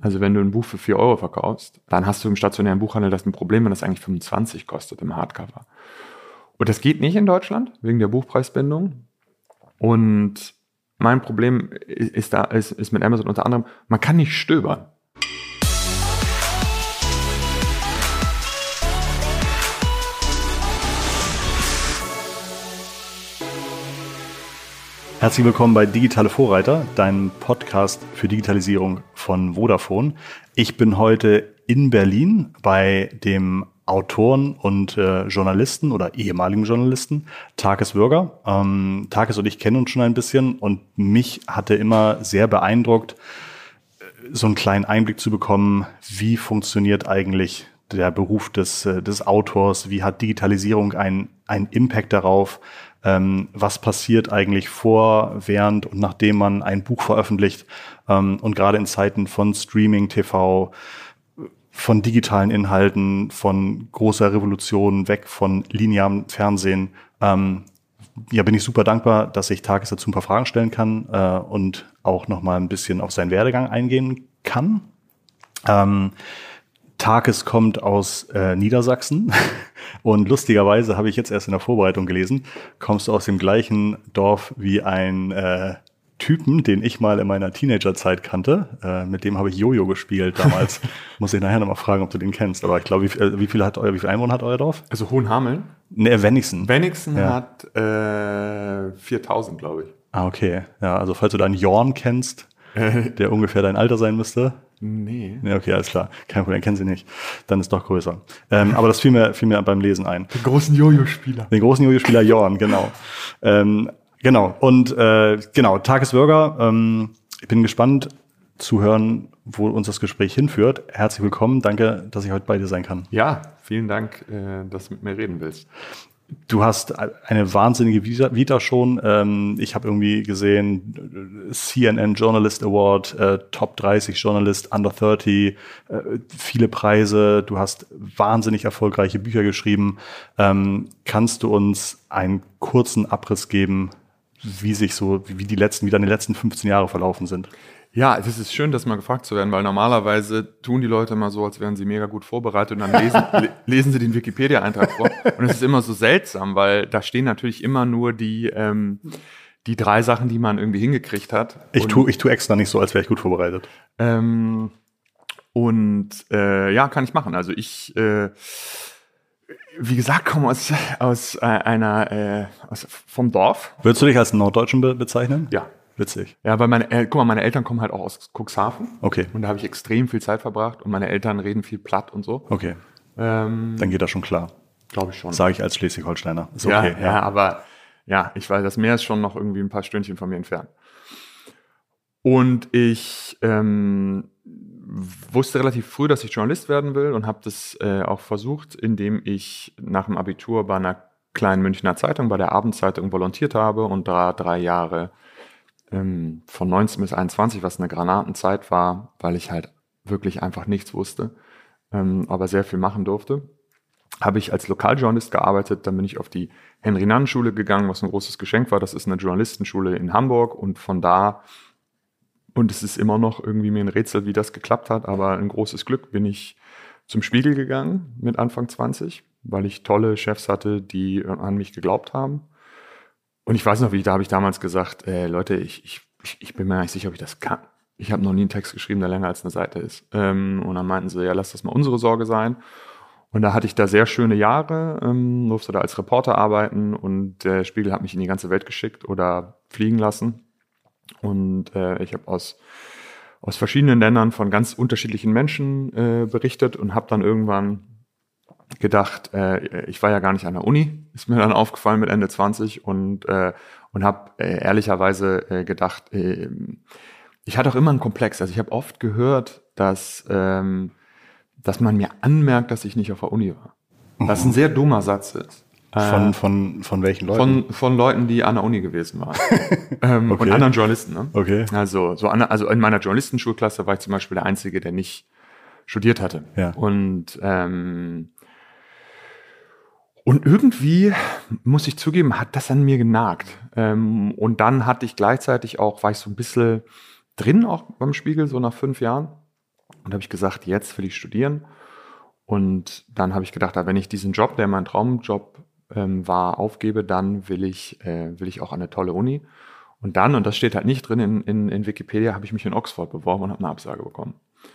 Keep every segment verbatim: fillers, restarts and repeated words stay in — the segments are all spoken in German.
Also wenn du ein Buch für vier Euro verkaufst, dann hast du im stationären Buchhandel das ein Problem, wenn das eigentlich fünfundzwanzig kostet im Hardcover. Und das geht nicht in Deutschland, wegen der Buchpreisbindung. Und mein Problem ist, da, ist, ist mit Amazon unter anderem, man kann nicht stöbern. Herzlich willkommen bei Digitale Vorreiter, deinem Podcast für Digitalisierung von Vodafone. Ich bin heute in Berlin bei dem Autoren und äh, Journalisten oder ehemaligen Journalisten Takis Würger. Ähm, Takis und ich kennen uns schon ein bisschen und mich hatte immer sehr beeindruckt, so einen kleinen Einblick zu bekommen, wie funktioniert eigentlich der Beruf des, des Autors, wie hat Digitalisierung einen, einen Impact darauf, ähm, was passiert eigentlich vor, während und nachdem man ein Buch veröffentlicht, ähm, und gerade in Zeiten von Streaming, T V, von digitalen Inhalten, von großer Revolution, weg von linearem Fernsehen, ähm, ja, bin ich super dankbar, dass ich Takis dazu ein paar Fragen stellen kann äh, und auch nochmal ein bisschen auf seinen Werdegang eingehen kann. Ähm, Takis kommt aus äh, Niedersachsen und lustigerweise habe ich jetzt erst in der Vorbereitung gelesen, kommst du aus dem gleichen Dorf wie ein äh, Typen, den ich mal in meiner Teenagerzeit kannte. Äh, mit dem habe ich Jojo gespielt damals. Muss ich nachher nochmal fragen, ob du den kennst. Aber ich glaube, wie, äh, wie viel hat euer, wie viel Einwohner hat euer Dorf? Also Hohenhameln? Ne, Wenningsen. Wenningsen ja. hat äh, viertausend, glaube ich. Ah, okay. Ja, also falls du deinen Jorn kennst, der ungefähr dein Alter sein müsste. Nee. Nee, okay, alles klar. Kein Problem, kennen sie nicht. Dann ist doch größer. Ähm, aber das fiel mir, fiel mir beim Lesen ein. Den großen Jojo-Spieler. Den großen Jojo-Spieler Jorn, genau. Ähm, genau, und äh, genau, Takis Würger. Ähm, ich bin gespannt zu hören, wo uns das Gespräch hinführt. Herzlich willkommen, danke, dass ich heute bei dir sein kann. Ja, vielen Dank, äh, dass du mit mir reden willst. Du hast eine wahnsinnige Vita schon. Ich habe irgendwie gesehen, C N N Journalist Award, Top dreißig Journalist, Under dreißig, viele Preise. Du hast wahnsinnig erfolgreiche Bücher geschrieben. Kannst du uns einen kurzen Abriss geben, wie sich so, wie die letzten, wie deine letzten fünfzehn Jahre verlaufen sind? Ja, es ist schön, das mal gefragt zu werden, weil normalerweise tun die Leute immer so, als wären sie mega gut vorbereitet und dann lesen, lesen sie den Wikipedia-Eintrag vor. Und es ist immer so seltsam, weil da stehen natürlich immer nur die, ähm, die drei Sachen, die man irgendwie hingekriegt hat. Ich tue ich tu extra nicht so, als wäre ich gut vorbereitet. Ähm, und äh, ja, kann ich machen. Also ich, äh, wie gesagt, komme aus, aus äh, einer, äh, aus, vom Dorf. Würdest du dich als Norddeutschen be- bezeichnen? Ja. Witzig. Ja, weil meine, äh, guck mal, meine Eltern kommen halt auch aus Cuxhaven. Okay. Und da habe ich extrem viel Zeit verbracht und meine Eltern reden viel platt und so. Okay. Ähm, Dann geht das schon klar. Glaube ich schon. Sage ich als Schleswig-Holsteiner. Ist ja, okay. Ja, ja, aber ja, ich weiß, das Meer ist schon noch irgendwie ein paar Stündchen von mir entfernt. Und ich ähm, wusste relativ früh, dass ich Journalist werden will und habe das äh, auch versucht, indem ich nach dem Abitur bei einer kleinen Münchner Zeitung, bei der Abendzeitung volontiert habe und da drei Jahre von neunzehn bis einundzwanzig, was eine Granatenzeit war, weil ich halt wirklich einfach nichts wusste, ähm, aber sehr viel machen durfte, habe ich als Lokaljournalist gearbeitet. Dann bin ich auf die Henry-Nannen-Schule gegangen, was ein großes Geschenk war. Das ist eine Journalistenschule in Hamburg und von da, und es ist immer noch irgendwie mir ein Rätsel, wie das geklappt hat, aber ein großes Glück, bin ich zum Spiegel gegangen mit Anfang zwanzig, weil ich tolle Chefs hatte, die an mich geglaubt haben. Und ich weiß noch, wie da habe ich damals gesagt, äh, Leute, ich, ich, ich bin mir gar nicht sicher, ob ich das kann. Ich habe noch nie einen Text geschrieben, der länger als eine Seite ist. Ähm, und dann meinten sie, ja, lass das mal unsere Sorge sein. Und da hatte ich da sehr schöne Jahre, ähm, durfte da als Reporter arbeiten und der Spiegel hat mich in die ganze Welt geschickt oder fliegen lassen. Und äh, ich habe aus, aus verschiedenen Ländern von ganz unterschiedlichen Menschen äh, berichtet und habe dann irgendwann gedacht, äh, ich war ja gar nicht an der Uni, ist mir dann aufgefallen mit Ende zwanzig und äh, und habe äh, ehrlicherweise äh, gedacht, äh, ich hatte auch immer einen Komplex. Also ich habe oft gehört, dass ähm, dass man mir anmerkt, dass ich nicht auf der Uni war. Was ein sehr dummer Satz ist. Von, von, von welchen Leuten? Von, von Leuten, die an der Uni gewesen waren. ähm, okay. Und anderen Journalisten. Ne? Okay. Also, so an, also in meiner Journalistenschulklasse war ich zum Beispiel der Einzige, der nicht studiert hatte. Ja. Und ähm, Und irgendwie, muss ich zugeben, hat das an mir genagt. Ähm, und dann hatte ich gleichzeitig auch, war ich so ein bisschen drin auch beim Spiegel, so nach fünf Jahren. Und habe ich gesagt, jetzt will ich studieren. Und dann habe ich gedacht, wenn ich diesen Job, der mein Traumjob ähm, war, aufgebe, dann will ich, äh, will ich auch an eine tolle Uni. Und dann, und das steht halt nicht drin in, in, in Wikipedia, habe ich mich in Oxford beworben und habe eine Absage bekommen.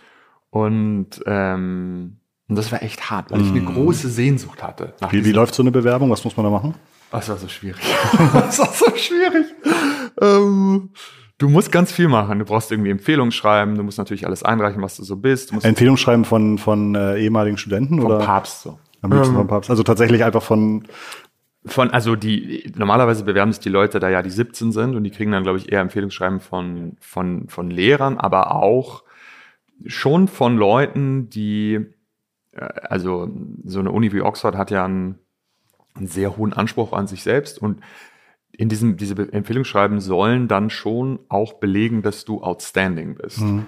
Und, ähm, und das war echt hart, weil ich eine große Sehnsucht hatte. Wie, wie läuft so eine Bewerbung? Was muss man da machen? Das war so schwierig. Das war so schwierig. Ähm, du musst ganz viel machen. Du brauchst irgendwie Empfehlungen schreiben. Du musst natürlich alles einreichen, was du so bist. Du musst Empfehlungen schreiben von, von äh, ehemaligen Studenten? Vom oder? Papst so. Am liebsten ähm, vom Papst. Also tatsächlich einfach von... Von, also die, normalerweise bewerben sich die Leute da ja, die siebzehn sind und die kriegen dann, glaube ich, eher Empfehlungsschreiben von, von, von Lehrern, aber auch schon von Leuten, die, also so eine Uni wie Oxford hat ja einen, einen sehr hohen Anspruch an sich selbst und in diesem, diese Empfehlungsschreiben sollen dann schon auch belegen, dass du outstanding bist. Mhm.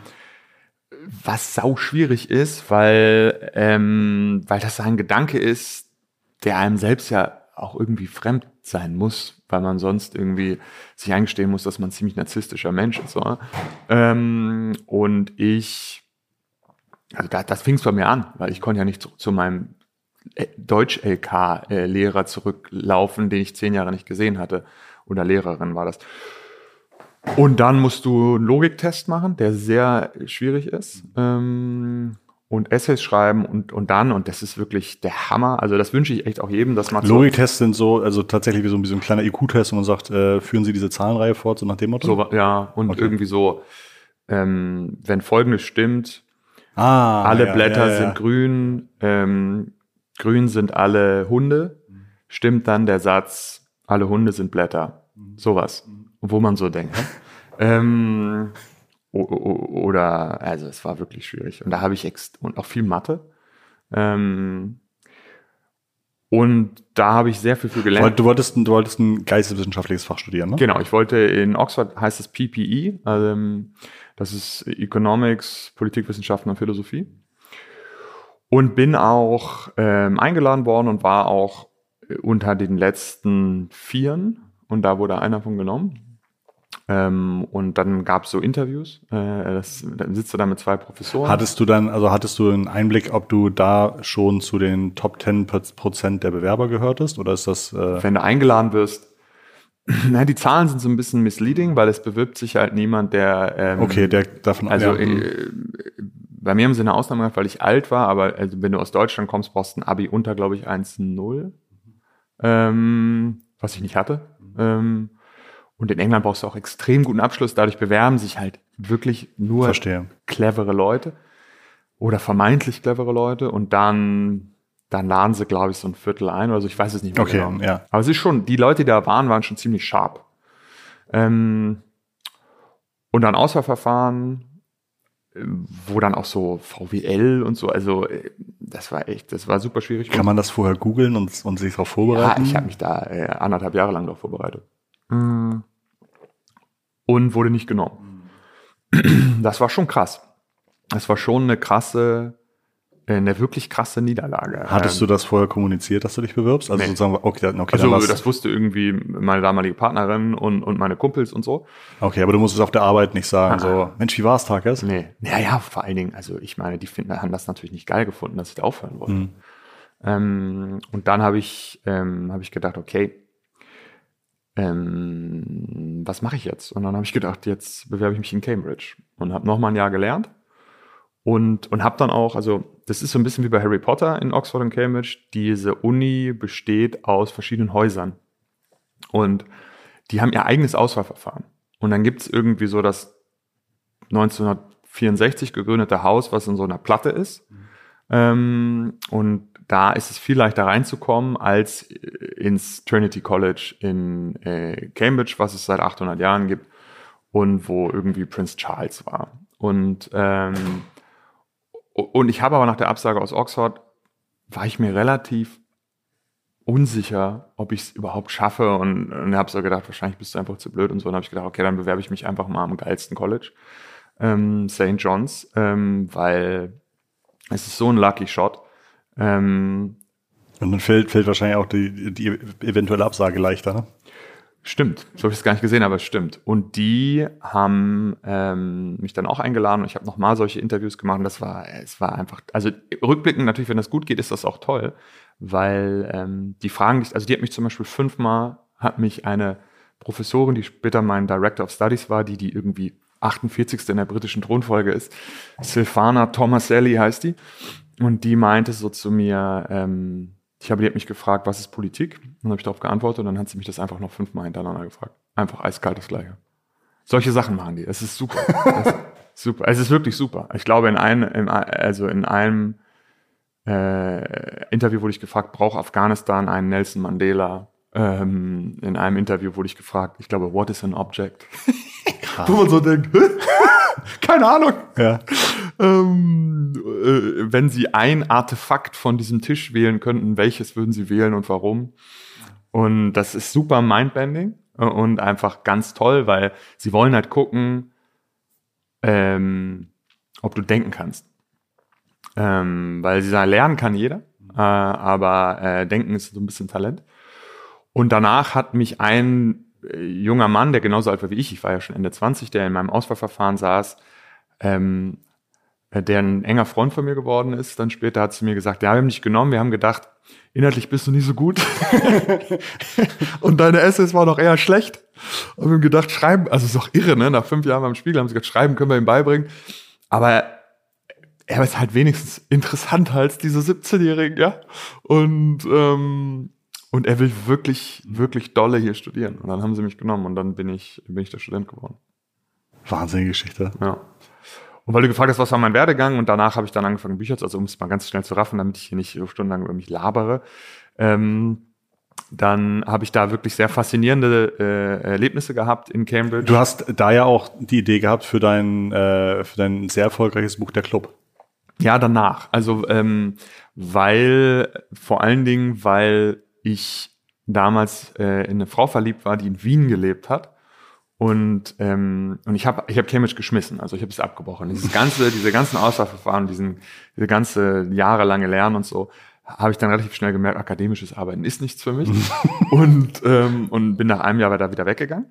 Was sau schwierig ist, weil, ähm, weil das ein Gedanke ist, der einem selbst ja auch irgendwie fremd sein muss, weil man sonst irgendwie sich eingestehen muss, dass man ein ziemlich narzisstischer Mensch ist. So. Ähm, und ich, also da, das fing es bei mir an, weil ich konnte ja nicht zu, zu meinem Deutsch-L K-Lehrer zurücklaufen, den ich zehn Jahre nicht gesehen hatte. Oder Lehrerin war das. Und dann musst du einen Logiktest machen, der sehr schwierig ist. Ähm, und Essays schreiben und, und dann, und das ist wirklich der Hammer, also das wünsche ich echt auch jedem, dass man Logiktests sind so, also tatsächlich wie so, wie so ein kleiner I Q-Test, und man sagt, äh, führen Sie diese Zahlenreihe fort, so nach dem Motto? So, ja, und okay. Irgendwie so, ähm, wenn Folgendes stimmt, ah, alle ja, Blätter ja, ja. sind grün, ähm, grün sind alle Hunde, stimmt dann der Satz, alle Hunde sind Blätter, sowas, wo man so denkt. ähm, Oder, also es war wirklich schwierig. Und da habe ich ex und auch viel Mathe. Ähm, und da habe ich sehr viel für gelernt. Du wolltest, du wolltest ein geisteswissenschaftliches Fach studieren, ne? Genau, ich wollte in Oxford, heißt es P P E, also das ist Economics, Politikwissenschaften und Philosophie. Und bin auch ähm, eingeladen worden und war auch unter den letzten Vieren. Und da wurde einer von genommen. Ähm, und dann gab es so Interviews, äh, das, dann sitzt du da mit zwei Professoren. Hattest du dann, also hattest du einen Einblick, ob du da schon zu den Top zehn Prozent der Bewerber gehörtest, oder ist das... Äh Wenn du eingeladen wirst, na, die Zahlen sind so ein bisschen misleading, weil es bewirbt sich halt niemand, der... Ähm, okay, der davon... Also ja, äh, bei mir haben sie eine Ausnahme gemacht, weil ich alt war, aber also, wenn du aus Deutschland kommst, brauchst du ein Abi unter, glaube ich, eins Komma null, ähm, was ich nicht hatte. Ähm, Und in England brauchst du auch extrem guten Abschluss. Dadurch bewerben sich halt wirklich nur Verstehe. clevere Leute oder vermeintlich clevere Leute. Und dann, dann laden sie, glaube ich, so ein Viertel ein oder so. Ich weiß es nicht mehr okay, genau. Ja. Aber es ist schon, die Leute, die da waren, waren schon ziemlich sharp. Ähm, und dann Auswahlverfahren, wo dann auch so V W L und so, also das war echt, das war super schwierig. Kann man das vorher googeln und, und sich darauf vorbereiten? Ja, ich habe mich da äh, anderthalb Jahre lang darauf vorbereitet. Und wurde nicht genommen. Das war schon krass. Das war schon eine krasse, eine wirklich krasse Niederlage. Hattest du das vorher kommuniziert, dass du dich bewirbst? Also nee. sozusagen, okay, okay, also dann das wusste irgendwie meine damalige Partnerin und, und meine Kumpels und so. Okay, aber du musst es auf der Arbeit nicht sagen, ah. so, Mensch, wie war es, Tages? Nee, naja, vor allen Dingen, also ich meine, die finden, haben das natürlich nicht geil gefunden, dass ich da aufhören wollte. Mhm. Ähm, und dann habe ich, ähm, habe ich gedacht, okay, Ähm, was mache ich jetzt? Und dann habe ich gedacht, jetzt bewerbe ich mich in Cambridge und habe nochmal ein Jahr gelernt und, und habe dann auch, also das ist so ein bisschen wie bei Harry Potter in Oxford und Cambridge, diese Uni besteht aus verschiedenen Häusern und die haben ihr eigenes Auswahlverfahren. Und dann gibt es irgendwie so das neunzehnhundertvierundsechzig gegründete Haus, was in so einer Platte ist. Mhm. Ähm, und da ist es viel leichter reinzukommen als ins Trinity College in äh, Cambridge, was es seit achthundert Jahren gibt und wo irgendwie Prince Charles war. Und, ähm, und ich habe aber nach der Absage aus Oxford, war ich mir relativ unsicher, ob ich es überhaupt schaffe und, und habe so gedacht, wahrscheinlich bist du einfach zu blöd und so. Und habe ich gedacht, okay, dann bewerbe ich mich einfach mal am geilsten College, ähm, Saint John's, ähm, weil es ist so ein Lucky Shot. Ähm, und dann fällt, fällt wahrscheinlich auch die, die eventuelle Absage leichter, ne? Stimmt, so habe ich es gar nicht gesehen, aber es stimmt. Und die haben ähm, mich dann auch eingeladen und ich habe nochmal solche Interviews gemacht und das war, es war einfach, also rückblickend natürlich, wenn das gut geht, ist das auch toll, weil ähm, die Fragen, also die hat mich zum Beispiel fünfmal, hat mich eine Professorin, die später mein Director of Studies war, die die irgendwie achtundvierzigste in der britischen Thronfolge ist, Silvana Tomaselli heißt die, und die meinte so zu mir, ähm, ich habe, die hat mich gefragt, was ist Politik? Und dann habe ich darauf geantwortet und dann hat sie mich das einfach noch fünfmal hintereinander gefragt. Einfach eiskalt das Gleiche. Solche Sachen machen die. Es ist super. Es ist super. Es ist wirklich super. Ich glaube, in einem, in, also in einem äh, Interview wurde ich gefragt, braucht Afghanistan einen Nelson Mandela? Ähm, in einem Interview wurde ich gefragt, ich glaube, what is an object? Wo man so denkt, keine Ahnung. Ja. Ähm, äh, wenn Sie ein Artefakt von diesem Tisch wählen könnten, welches würden Sie wählen und warum? Und das ist super mindbending und einfach ganz toll, weil sie wollen halt gucken, ähm, ob du denken kannst. Ähm, weil sie sagen, lernen kann jeder, äh, aber äh, denken ist so ein bisschen Talent. Und danach hat mich ein äh, junger Mann, der genauso alt war wie ich, ich war ja schon Ende zwanzig, der in meinem Auswahlverfahren saß, ähm, der ein enger Freund von mir geworden ist, dann später hat zu mir gesagt, ja, wir haben dich genommen, wir haben gedacht, inhaltlich bist du nicht so gut und deine Essays waren doch eher schlecht. Und wir haben gedacht, schreiben, also ist doch irre, ne? Nach fünf Jahren beim Spiegel haben sie gesagt, schreiben können wir ihm beibringen. Aber er ist halt wenigstens interessanter als diese siebzehnjährigen, ja? Und, ähm, und er will wirklich, wirklich dolle hier studieren. Und dann haben sie mich genommen und dann bin ich, bin ich der Student geworden. Wahnsinnige Geschichte. Ja. Und weil du gefragt hast, was war mein Werdegang, und danach habe ich dann angefangen, Bücher zu, also um es mal ganz schnell zu raffen, damit ich hier nicht so stundenlang über mich labere, ähm, dann habe ich da wirklich sehr faszinierende äh, Erlebnisse gehabt in Cambridge. Du hast da ja auch die Idee gehabt für dein, äh, für dein sehr erfolgreiches Buch, Der Club. Ja, danach. Also, ähm, weil, vor allen Dingen, weil ich damals äh, in eine Frau verliebt war, die in Wien gelebt hat. Und ähm, und ich habe ich habe Cambridge geschmissen, also ich habe es abgebrochen. Dieses ganze, diese ganzen Auswahlverfahren, diesen diese ganze jahrelange Lernen und so, habe ich dann relativ schnell gemerkt, akademisches Arbeiten ist nichts für mich. und ähm, und bin nach einem Jahr da wieder weggegangen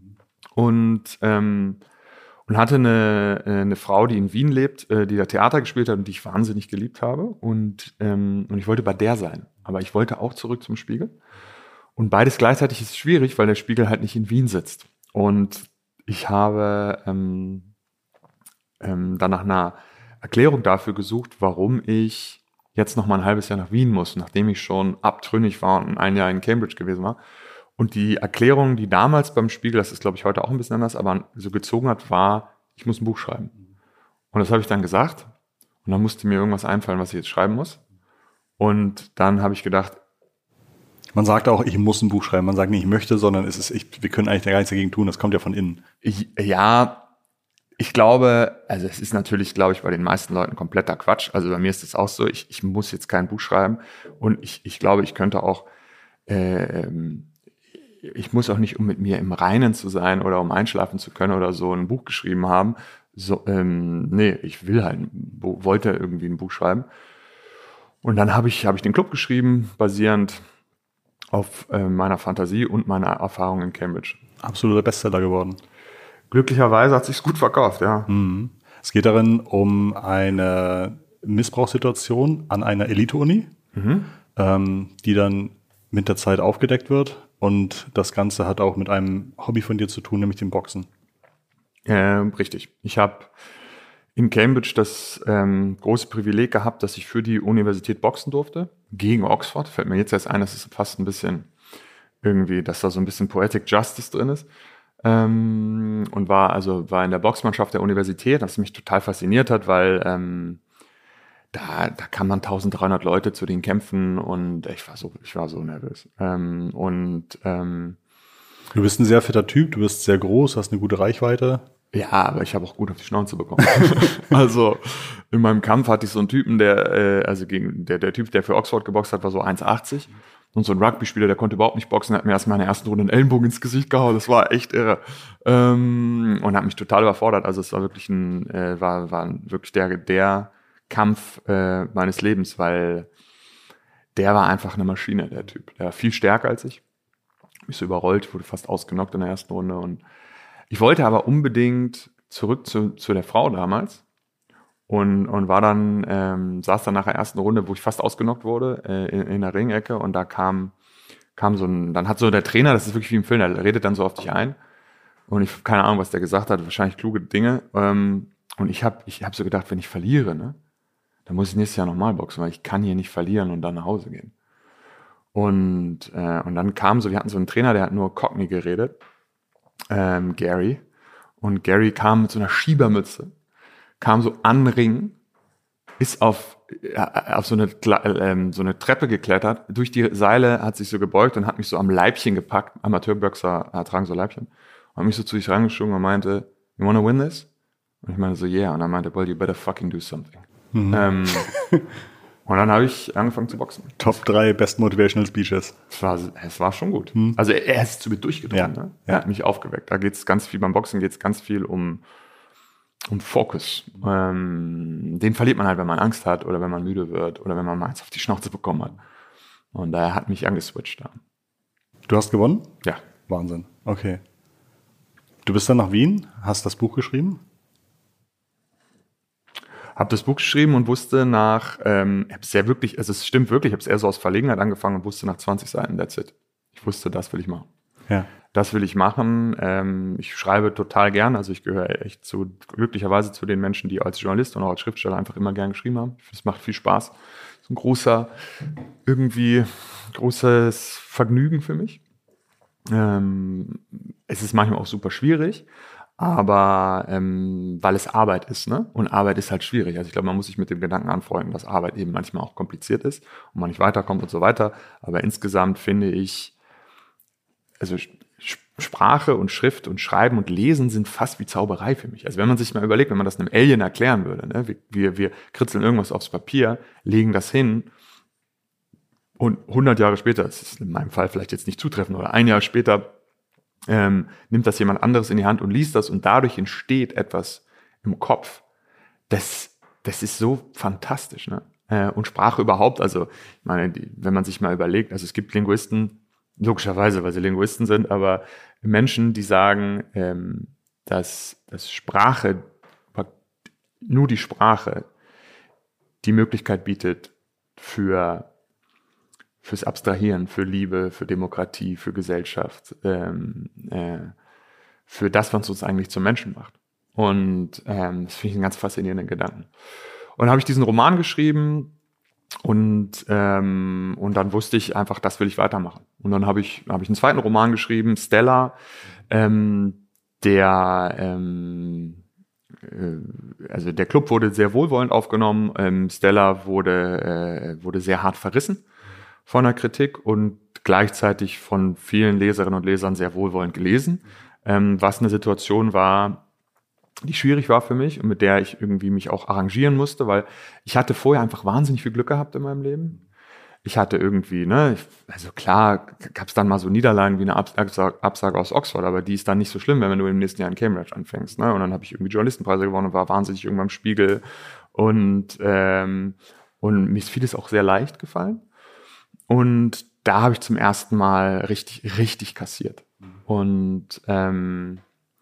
und ähm, und hatte eine eine Frau, die in Wien lebt, die da Theater gespielt hat und die ich wahnsinnig geliebt habe und ähm, und ich wollte bei der sein, aber ich wollte auch zurück zum Spiegel. Und beides gleichzeitig ist schwierig, weil der Spiegel halt nicht in Wien sitzt. Und ich habe ähm, ähm, dann nach einer Erklärung dafür gesucht, warum ich jetzt noch mal ein halbes Jahr nach Wien muss, nachdem ich schon abtrünnig war und ein Jahr in Cambridge gewesen war. Und die Erklärung, die damals beim Spiegel, das ist glaube ich heute auch ein bisschen anders, aber so gezogen hat, war, ich muss ein Buch schreiben. Und das habe ich dann gesagt. Und dann musste mir irgendwas einfallen, was ich jetzt schreiben muss. Und dann habe ich gedacht, man sagt auch, ich muss ein Buch schreiben. Man sagt nicht, ich möchte, sondern es ist, ich, wir können eigentlich gar nichts dagegen tun. Das kommt ja von innen. Ich, ja, ich glaube, also es ist natürlich, glaube ich, bei den meisten Leuten kompletter Quatsch. Also bei mir ist es auch so, ich, ich muss jetzt kein Buch schreiben. Und ich, ich glaube, ich könnte auch, äh, ich muss auch nicht, um mit mir im Reinen zu sein oder um einschlafen zu können oder so, ein Buch geschrieben haben. So, ähm, nee, ich will halt, wollte irgendwie ein Buch schreiben. Und dann habe ich, habe ich den Club geschrieben, basierend auf äh, meiner Fantasie und meiner Erfahrung in Cambridge. Absoluter Bestseller geworden. Glücklicherweise hat sich's gut verkauft, ja. Mhm. Es geht darin um eine Missbrauchssituation an einer Elite-Uni, mhm. ähm, die dann mit der Zeit aufgedeckt wird. Und das Ganze hat auch mit einem Hobby von dir zu tun, nämlich dem Boxen. Äh, richtig. Ich habe in Cambridge das ähm, große Privileg gehabt, dass ich für die Universität boxen durfte, gegen Oxford. Fällt mir jetzt erst ein, das ist fast ein bisschen irgendwie, dass da so ein bisschen Poetic Justice drin ist. Ähm, und war also war in der Boxmannschaft der Universität, das mich total fasziniert hat, weil ähm, da, da kann man dreizehnhundert Leute zu den Kämpfen und ich war so, ich war so nervös. Ähm, und ähm, du bist ein sehr fitter Typ, du bist sehr groß, hast eine gute Reichweite. Ja, aber ich habe auch gut auf die Schnauze bekommen. Also in meinem Kampf hatte ich so einen Typen, der, äh, also gegen der, der Typ, der für Oxford geboxt hat, war so eins achtzig. Und so ein Rugby-Spieler, der konnte überhaupt nicht boxen, hat mir erstmal in der ersten Runde einen Ellenbogen ins Gesicht gehauen. Das war echt irre. Ähm, und hat mich total überfordert. Also es war wirklich ein, äh, war, war wirklich der, der Kampf äh, meines Lebens, weil der war einfach eine Maschine, der Typ. Der war viel stärker als ich. mich so überrollt, wurde fast ausgenockt in der ersten Runde. Und ich wollte aber unbedingt zurück zu, zu der Frau damals und, und war dann, ähm, saß dann nach der ersten Runde, wo ich fast ausgenockt wurde, äh, in, in der Ringecke, und da kam, kam so ein, dann hat so der Trainer, das ist wirklich wie im Film, der redet dann so auf dich ein. Und ich habe keine Ahnung, was der gesagt hat, wahrscheinlich kluge Dinge. Ähm, und ich habe ich hab so gedacht, wenn ich verliere, ne, dann muss ich nächstes Jahr nochmal boxen, weil ich kann hier nicht verlieren und dann nach Hause gehen. Und, äh, und dann kam so, wir hatten so einen Trainer, der hat nur Cockney geredet, ähm, Gary. Und Gary kam mit so einer Schiebermütze, kam so an den Ring, ist auf, äh, auf so, eine, äh, so eine Treppe geklettert, durch die Seile, hat sich so gebeugt und hat mich so am Leibchen gepackt. Amateurboxer äh, tragen so Leibchen. Und hat mich so zu sich reingeschoben und meinte, you wanna win this? Und ich meinte so, yeah. Und er meinte, well, you better fucking do something. Mhm. Ähm, und dann habe ich angefangen zu boxen. Top drei Best Motivational Speeches. Es war, es war schon gut. Mhm. Also er, er ist zu mir durchgedrungen. Ja. Ne? Er ja. hat mich aufgeweckt. Da geht es ganz viel, beim Boxen geht es ganz viel um, um Fokus. Ähm, den verliert man halt, wenn man Angst hat oder wenn man müde wird oder wenn man mal eins auf die Schnauze bekommen hat. Und daher hat mich angeswitcht da. Du hast gewonnen? Ja. Wahnsinn. Okay. Du bist dann nach Wien, hast das Buch geschrieben? Habe das Buch geschrieben und wusste nach, ähm, ich habe es ja wirklich, also es stimmt wirklich, ich habe es eher so aus Verlegenheit angefangen und wusste nach zwanzig Seiten, that's it. Ich wusste, das will ich machen. Ja. Das will ich machen. Ähm, ich schreibe total gern, also ich gehöre echt zu, glücklicherweise zu den Menschen, die als Journalist und auch als Schriftsteller einfach immer gern geschrieben haben. Es macht viel Spaß. Das ist ein großer, irgendwie großes Vergnügen für mich. Ähm, es ist manchmal auch super schwierig, aber ähm, weil es Arbeit ist, ne? Und Arbeit ist halt schwierig. Also ich glaube, man muss sich mit dem Gedanken anfreunden, dass Arbeit eben manchmal auch kompliziert ist und man nicht weiterkommt und so weiter. Aber insgesamt finde ich, also Sprache und Schrift und Schreiben und Lesen sind fast wie Zauberei für mich. Also wenn man sich mal überlegt, wenn man das einem Alien erklären würde, ne? wir, wir, wir kritzeln irgendwas aufs Papier, legen das hin und hundert Jahre später, das ist in meinem Fall vielleicht jetzt nicht zutreffend, oder ein Jahr später ähm, nimmt das jemand anderes in die Hand und liest das und dadurch entsteht etwas im Kopf. Das, das ist so fantastisch, ne? Äh, und Sprache überhaupt, also ich meine, die, wenn man sich mal überlegt, also es gibt Linguisten, logischerweise, weil sie Linguisten sind, aber Menschen, die sagen, ähm, dass, dass Sprache, nur die Sprache die Möglichkeit bietet für fürs Abstrahieren, für Liebe, für Demokratie, für Gesellschaft, ähm, äh, für das, was uns eigentlich zum Menschen macht. Und ähm, das finde ich einen ganz faszinierenden Gedanken. Und dann habe ich diesen Roman geschrieben und, ähm, und dann wusste ich einfach, das will ich weitermachen. Und dann habe ich, habe ich einen zweiten Roman geschrieben, Stella, ähm, der ähm, äh, also der Club wurde sehr wohlwollend aufgenommen, ähm, Stella wurde, äh, wurde sehr hart verrissen von der Kritik und gleichzeitig von vielen Leserinnen und Lesern sehr wohlwollend gelesen, ähm, was eine Situation war, die schwierig war für mich und mit der ich irgendwie mich auch arrangieren musste, weil ich hatte vorher einfach wahnsinnig viel Glück gehabt in meinem Leben. Ich hatte irgendwie, ne, also klar gab es dann mal so Niederlagen wie eine Absage, Absage aus Oxford, aber die ist dann nicht so schlimm, wenn du im nächsten Jahr in Cambridge anfängst, ne? Und dann habe ich irgendwie Journalistenpreise gewonnen und war wahnsinnig irgendwann im Spiegel und ähm, und mir ist vieles auch sehr leicht gefallen. Und da habe ich zum ersten Mal richtig, richtig kassiert. Und, ähm,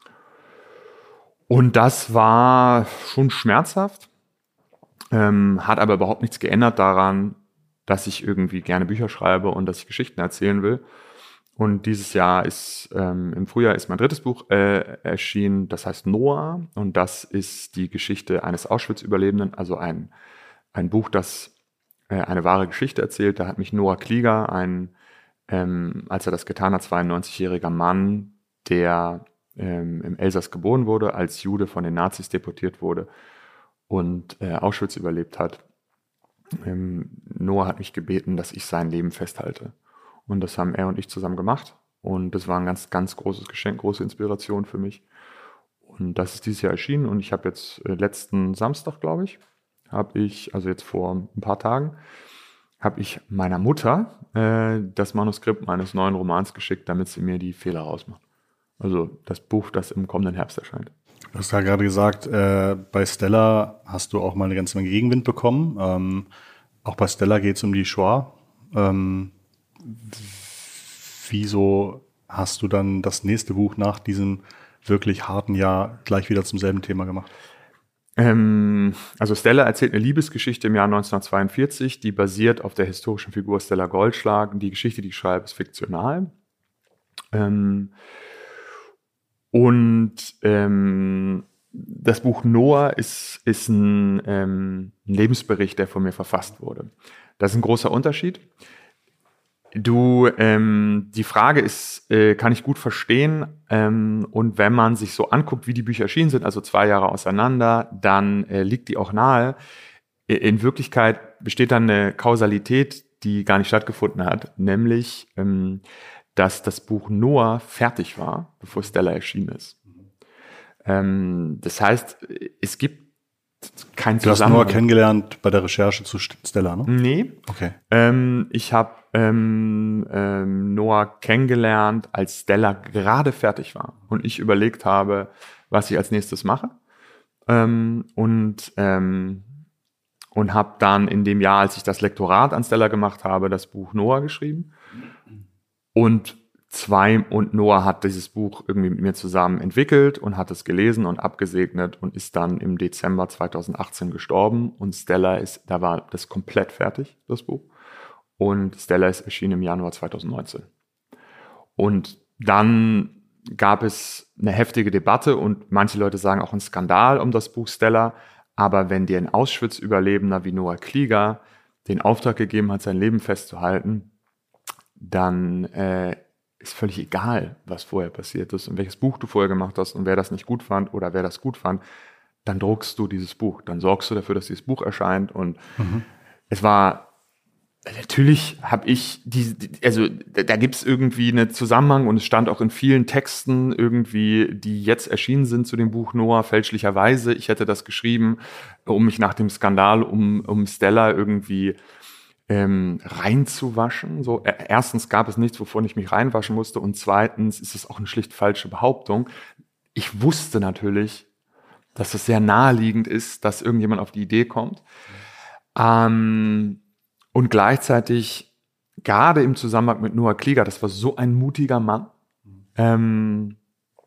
und das war schon schmerzhaft, ähm, hat aber überhaupt nichts geändert daran, dass ich irgendwie gerne Bücher schreibe und dass ich Geschichten erzählen will. Und dieses Jahr ist, ähm, im Frühjahr ist mein drittes Buch äh, erschienen, das heißt Noah. Und das ist die Geschichte eines Auschwitz-Überlebenden, also ein, ein Buch, das eine wahre Geschichte erzählt. Da hat mich Noah Klieger, ein, ähm, als er das getan hat, zweiundneunzigjähriger Mann, der ähm, im Elsass geboren wurde, als Jude von den Nazis deportiert wurde und äh, Auschwitz überlebt hat. Ähm, Noah hat mich gebeten, dass ich sein Leben festhalte. Und das haben er und ich zusammen gemacht. Und das war ein ganz, ganz großes Geschenk, große Inspiration für mich. Und das ist dieses Jahr erschienen. Und ich habe jetzt äh, letzten Samstag, glaube ich, habe ich, also jetzt vor ein paar Tagen, habe ich meiner Mutter äh, das Manuskript meines neuen Romans geschickt, damit sie mir die Fehler rausmacht. Also das Buch, das im kommenden Herbst erscheint. Du hast ja gerade gesagt, äh, bei Stella hast du auch mal eine ganze Menge Gegenwind bekommen. Ähm, auch bei Stella geht es um die Shoah. Ähm, wieso hast du dann das nächste Buch nach diesem wirklich harten Jahr gleich wieder zum selben Thema gemacht? Ähm, also Stella erzählt eine Liebesgeschichte im Jahr neunzehnhundertzweiundvierzig, die basiert auf der historischen Figur Stella Goldschlag. Die Geschichte, die ich schreibe, ist fiktional. Ähm, und ähm, das Buch Noah ist, ist ein, ähm, ein Lebensbericht, der von mir verfasst wurde. Das ist ein großer Unterschied. Du, ähm, die Frage ist, äh, kann ich gut verstehen. Ähm, und wenn man sich so anguckt, wie die Bücher erschienen sind, also zwei Jahre auseinander, dann äh, liegt die auch nahe. In Wirklichkeit besteht dann eine Kausalität, die gar nicht stattgefunden hat, nämlich, ähm, dass das Buch Noah fertig war, bevor Stella erschienen ist. Ähm, das heißt, es gibt keinen Du hast Zusammenhang. Noah kennengelernt bei der Recherche zu Stella, ne? Nee. Okay. Ähm, ich habe ähm, ähm, Noah kennengelernt, als Stella gerade fertig war und ich überlegt habe, was ich als nächstes mache. Ähm, und ähm, und habe dann in dem Jahr, als ich das Lektorat an Stella gemacht habe, das Buch Noah geschrieben. Und zwei und Noah hat dieses Buch irgendwie mit mir zusammen entwickelt und hat es gelesen und abgesegnet und ist dann im Dezember zweitausendachtzehn gestorben. Und Stella ist, da war das komplett fertig, das Buch. Und Stella ist erschienen im Januar zweitausendneunzehn. Und dann gab es eine heftige Debatte und manche Leute sagen auch einen Skandal um das Buch Stella. Aber wenn dir ein Auschwitz-Überlebender wie Noah Klieger den Auftrag gegeben hat, sein Leben festzuhalten, dann äh, ist völlig egal, was vorher passiert ist und welches Buch du vorher gemacht hast und wer das nicht gut fand oder wer das gut fand, dann druckst du dieses Buch, dann sorgst du dafür, dass dieses Buch erscheint. Und mhm. es war, natürlich habe ich, die, also da, da gibt es irgendwie einen Zusammenhang und es stand auch in vielen Texten irgendwie, die jetzt erschienen sind zu dem Buch Noah, fälschlicherweise. Ich hätte das geschrieben, um mich nach dem Skandal um, um Stella irgendwie ähm, reinzuwaschen. So, erstens gab es nichts, wovon ich mich reinwaschen musste und zweitens ist es auch eine schlicht falsche Behauptung. Ich wusste natürlich, dass es sehr naheliegend ist, dass irgendjemand auf die Idee kommt. Ähm, und gleichzeitig, gerade im Zusammenhang mit Noah Klieger, das war so ein mutiger Mann, ähm,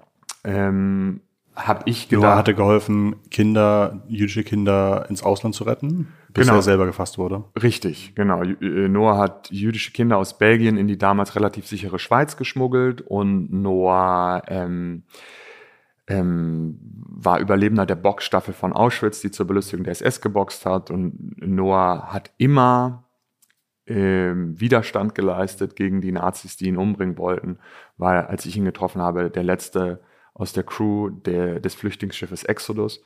ähm, habe ich gedacht... Noah hatte geholfen, Kinder, jüdische Kinder ins Ausland zu retten, bis genau. er selber gefasst wurde. Richtig, genau. Noah hat jüdische Kinder aus Belgien in die damals relativ sichere Schweiz geschmuggelt und Noah... Ähm, Ähm, war Überlebender der Boxstaffel von Auschwitz, die zur Belustigung der S S geboxt hat. Und Noah hat immer ähm, Widerstand geleistet gegen die Nazis, die ihn umbringen wollten. War, als ich ihn getroffen habe, der letzte aus der Crew der, des Flüchtlingsschiffes Exodus.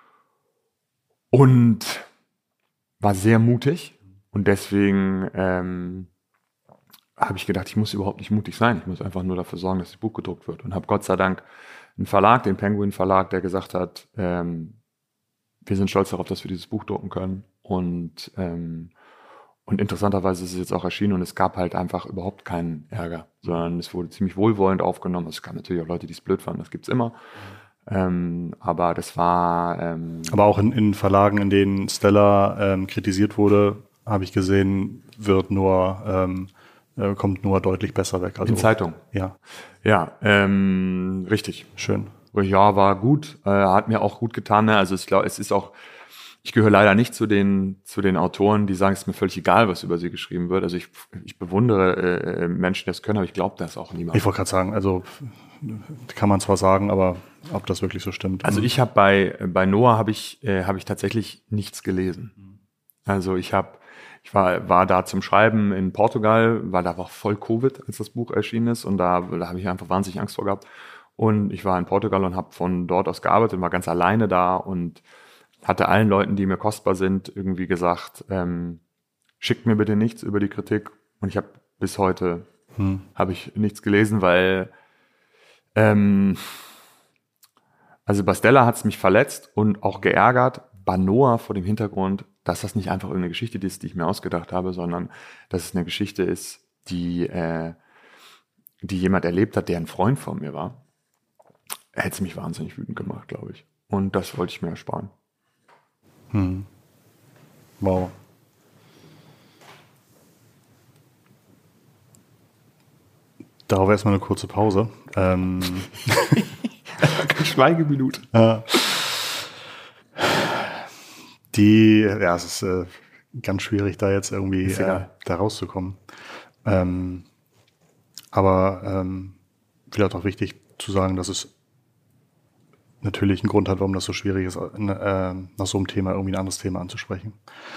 Und war sehr mutig. Und deswegen ähm, habe ich gedacht, ich muss überhaupt nicht mutig sein. Ich muss einfach nur dafür sorgen, dass das Buch gedruckt wird. Und habe Gott sei Dank einen Verlag, den Penguin Verlag, der gesagt hat, ähm, wir sind stolz darauf, dass wir dieses Buch drucken können. Und, ähm, und interessanterweise ist es jetzt auch erschienen und es gab halt einfach überhaupt keinen Ärger, sondern es wurde ziemlich wohlwollend aufgenommen. Es gab natürlich auch Leute, die es blöd fanden, das gibt's immer. Ähm, aber das war... Ähm, aber auch in, in Verlagen, in denen Stella ähm, kritisiert wurde, habe ich gesehen, wird nur... Ähm, kommt nur deutlich besser weg. Also, in Zeitung? Ja. Ja, ähm, richtig. Schön. Ja, war gut. Äh, hat mir auch gut getan. Ne? Also ich glaube, es ist auch, ich gehöre leider nicht zu den, zu den Autoren, die sagen, es ist mir völlig egal, was über sie geschrieben wird. Also ich, ich bewundere äh, Menschen, die das können, aber ich glaube das auch niemand. Ich wollte gerade sagen, also kann man zwar sagen, aber ob das wirklich so stimmt. Also ich habe bei, bei Noah habe ich, äh, habe ich tatsächlich nichts gelesen. Also ich habe Ich war, war da zum Schreiben in Portugal, weil da war voll Covid, als das Buch erschienen ist. Und da, da habe ich einfach wahnsinnig Angst vor gehabt. Und ich war in Portugal und habe von dort aus gearbeitet, war ganz alleine da und hatte allen Leuten, die mir kostbar sind, irgendwie gesagt, ähm, schickt mir bitte nichts über die Kritik. Und ich habe bis heute hm. habe ich nichts gelesen, weil ähm, also bei Stella hat es mich verletzt und auch geärgert. Bei Noah vor dem Hintergrund, dass das nicht einfach irgendeine Geschichte ist, die ich mir ausgedacht habe, sondern dass es eine Geschichte ist, die, äh, die jemand erlebt hat, der ein Freund von mir war, hätte es mich wahnsinnig wütend gemacht, glaube ich. Und das wollte ich mir ersparen. Hm. Wow. Darauf erstmal eine kurze Pause. Ähm, Schweigeminute. Äh, die, ja, es ist äh, ganz schwierig, da jetzt irgendwie äh, da rauszukommen. Ähm, aber ähm, vielleicht auch wichtig zu sagen, dass es natürlich einen Grund hat, warum das so schwierig ist, äh, nach so einem Thema irgendwie ein anderes Thema anzusprechen.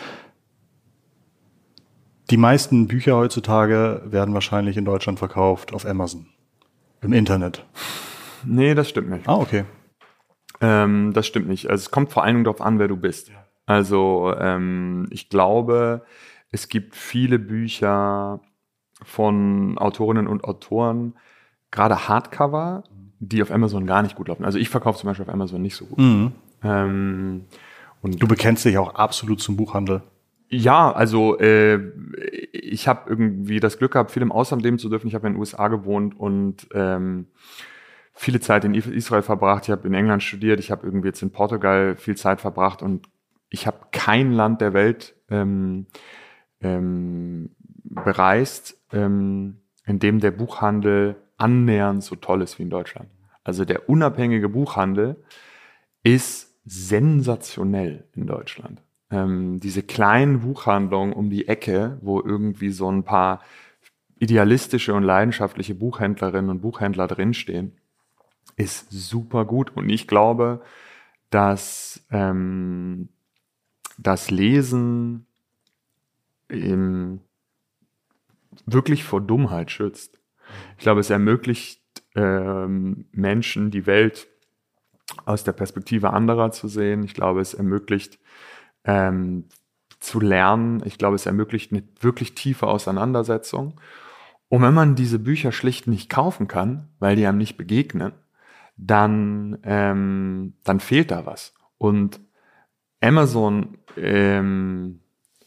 Die meisten Bücher heutzutage werden wahrscheinlich in Deutschland verkauft auf Amazon. Im Internet. Nee, das stimmt nicht. Ah, okay. Ähm, das stimmt nicht. Also es kommt vor allen Dingen darauf an, wer du bist. Also ähm, ich glaube, es gibt viele Bücher von Autorinnen und Autoren, gerade Hardcover, die auf Amazon gar nicht gut laufen. Also ich verkaufe zum Beispiel auf Amazon nicht so gut. Mhm. Ähm, und du bekennst dich auch absolut zum Buchhandel. Ja, also äh, ich habe irgendwie das Glück gehabt, viel im Ausland leben zu dürfen. Ich habe in den U S A gewohnt und ähm, viele Zeit in Israel verbracht. Ich habe in England studiert. Ich habe irgendwie jetzt in Portugal viel Zeit verbracht und ich habe kein Land der Welt ähm, ähm, bereist, ähm, in dem der Buchhandel annähernd so toll ist wie in Deutschland. Also der unabhängige Buchhandel ist sensationell in Deutschland. Ähm, diese kleinen Buchhandlungen um die Ecke, wo irgendwie so ein paar idealistische und leidenschaftliche Buchhändlerinnen und Buchhändler drinstehen, ist super gut. Und ich glaube, dass ähm, das Lesen ähm, wirklich vor Dummheit schützt. Ich glaube, es ermöglicht ähm, Menschen, die Welt aus der Perspektive anderer zu sehen. Ich glaube, es ermöglicht ähm, zu lernen. Ich glaube, es ermöglicht eine wirklich tiefe Auseinandersetzung. Und wenn man diese Bücher schlicht nicht kaufen kann, weil die einem nicht begegnen, dann, ähm, dann fehlt da was. Und Amazon, ähm,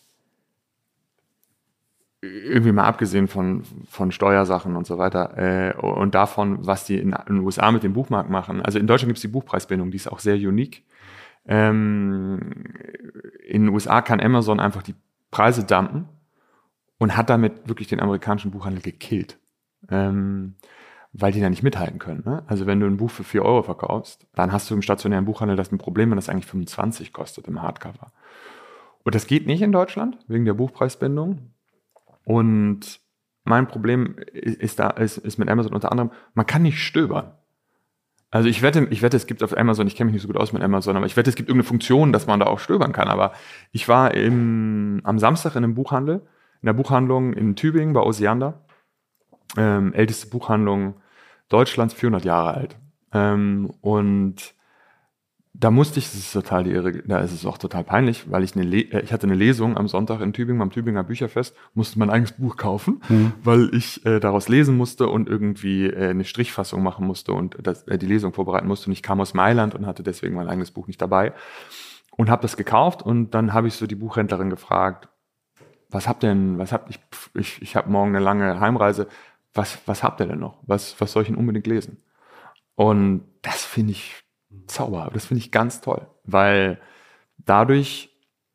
irgendwie mal abgesehen von, von Steuersachen und so weiter äh, und davon, was die in, in den U S A mit dem Buchmarkt machen. Also in Deutschland gibt es die Buchpreisbindung, die ist auch sehr unique. Ähm, in den U S A kann Amazon einfach die Preise dumpen und hat damit wirklich den amerikanischen Buchhandel gekillt. Ähm, weil die da nicht mithalten können. Ne? Also wenn du ein Buch für vier Euro verkaufst, dann hast du im stationären Buchhandel das ein Problem, wenn das eigentlich fünfundzwanzig kostet im Hardcover. Und das geht nicht in Deutschland, wegen der Buchpreisbindung. Und mein Problem ist, da, ist, ist mit Amazon unter anderem, man kann nicht stöbern. Also ich wette, ich wette, es gibt auf Amazon, ich kenne mich nicht so gut aus mit Amazon, aber ich wette, es gibt irgendeine Funktion, dass man da auch stöbern kann. Aber ich war im, am Samstag in einem Buchhandel, in der Buchhandlung in Tübingen bei Osiander. Ähm, älteste Buchhandlung Deutschlands, vierhundert Jahre alt. Ähm, und da musste ich, das ist total die Irre, da ist es auch total peinlich, weil ich eine, Le- ich hatte eine Lesung am Sonntag in Tübingen, beim Tübinger Bücherfest, musste mein eigenes Buch kaufen, mhm. weil ich äh, daraus lesen musste und irgendwie äh, eine Strichfassung machen musste und das, äh, die Lesung vorbereiten musste. Und ich kam aus Mailand und hatte deswegen mein eigenes Buch nicht dabei und habe das gekauft und dann habe ich so die Buchhändlerin gefragt, was habt ihr denn, was habt ich, ich, ich habe morgen eine lange Heimreise, was, was habt ihr denn noch? Was, was soll ich denn unbedingt lesen? Und das finde ich zauberhaft, das finde ich ganz toll, weil dadurch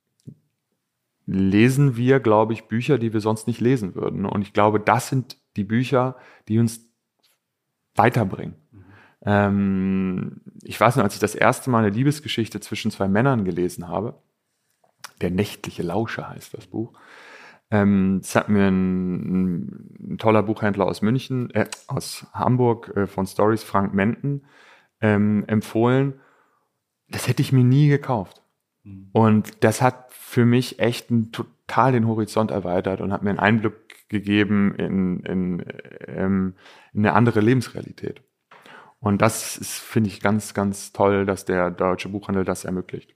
lesen wir, glaube ich, Bücher, die wir sonst nicht lesen würden. Und ich glaube, das sind die Bücher, die uns weiterbringen. Mhm. Ähm, ich weiß noch, als ich das erste Mal eine Liebesgeschichte zwischen zwei Männern gelesen habe, Der nächtliche Lauscher heißt das Buch, Ähm, das hat mir ein, ein toller Buchhändler aus München, äh, aus Hamburg, äh, von Stories, Frank Menten, ähm, empfohlen. Das hätte ich mir nie gekauft. Mhm. Und das hat für mich echt ein, total den Horizont erweitert und hat mir einen Einblick gegeben in, in, ähm, in eine andere Lebensrealität. Und das ist, finde ich, ganz, ganz toll, dass der deutsche Buchhandel das ermöglicht.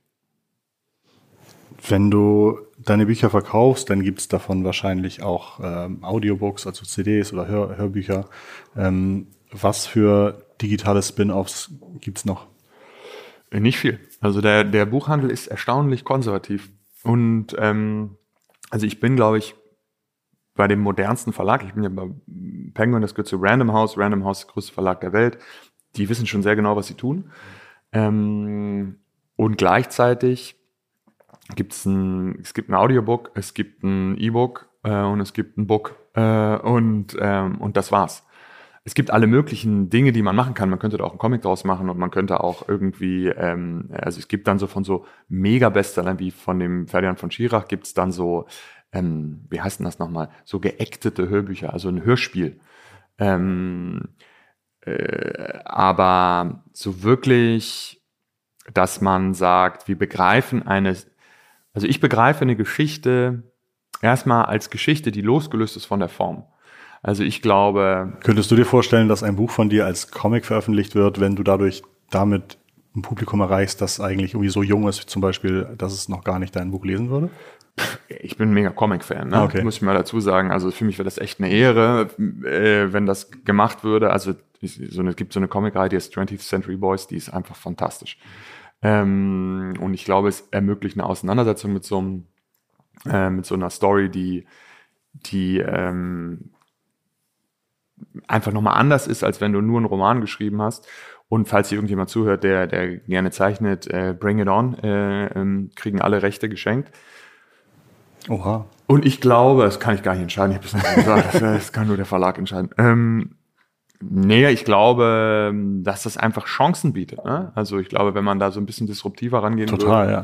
Wenn du deine Bücher verkaufst, dann gibt es davon wahrscheinlich auch ähm, Audiobooks, also C Ds oder Hör Hörbücher. Ähm, was für digitale Spin-offs gibt es noch? Nicht viel. Also der, der Buchhandel ist erstaunlich konservativ. Und ähm, also ich bin, glaube ich, bei dem modernsten Verlag, ich bin ja bei Penguin, das gehört zu Random House. Random House ist der größte Verlag der Welt. Die wissen schon sehr genau, was sie tun. Ähm, und gleichzeitig gibt es ein, es gibt ein Audiobook, es gibt ein E-Book äh, und es gibt ein Book äh, und, ähm, und das war's. es gibt alle möglichen Dinge, die man machen kann. Man könnte da auch einen Comic draus machen und man könnte auch irgendwie, ähm, also es gibt dann so von so Mega-Bestsellern wie von dem Ferdinand von Schirach gibt es dann so, ähm, wie heißt denn das nochmal, so geactete Hörbücher, also ein Hörspiel. Ähm, äh, aber so wirklich, dass man sagt, wir begreifen eine, also ich begreife eine Geschichte erstmal als Geschichte, die losgelöst ist von der Form. Also ich glaube... Könntest du dir vorstellen, dass ein Buch von dir als Comic veröffentlicht wird, wenn du dadurch damit ein Publikum erreichst, das eigentlich irgendwie so jung ist, zum Beispiel, dass es noch gar nicht dein Buch lesen würde? Ich bin ein mega Comic-Fan, ne? Okay. Muss ich mal dazu sagen. Also für mich wäre das echt eine Ehre, äh, wenn das gemacht würde. Also so eine, es gibt so eine Comic-Reihe, die ist twentieth Century Boys, die ist einfach fantastisch. Ähm, und ich glaube, es ermöglicht eine Auseinandersetzung mit so einem, äh, mit so einer Story, die, die ähm, einfach nochmal anders ist, als wenn du nur einen Roman geschrieben hast. Und falls hier irgendjemand zuhört, der, der gerne zeichnet, äh, bring it on, äh, ähm, kriegen alle Rechte geschenkt. Oha. Und ich glaube, das kann ich gar nicht entscheiden, ich habe es nicht gesagt, das, das kann nur der Verlag entscheiden. Ähm, nee, ich glaube, dass das einfach Chancen bietet. Ne? Also ich glaube, wenn man da so ein bisschen disruptiver rangehen Total, würde. ja.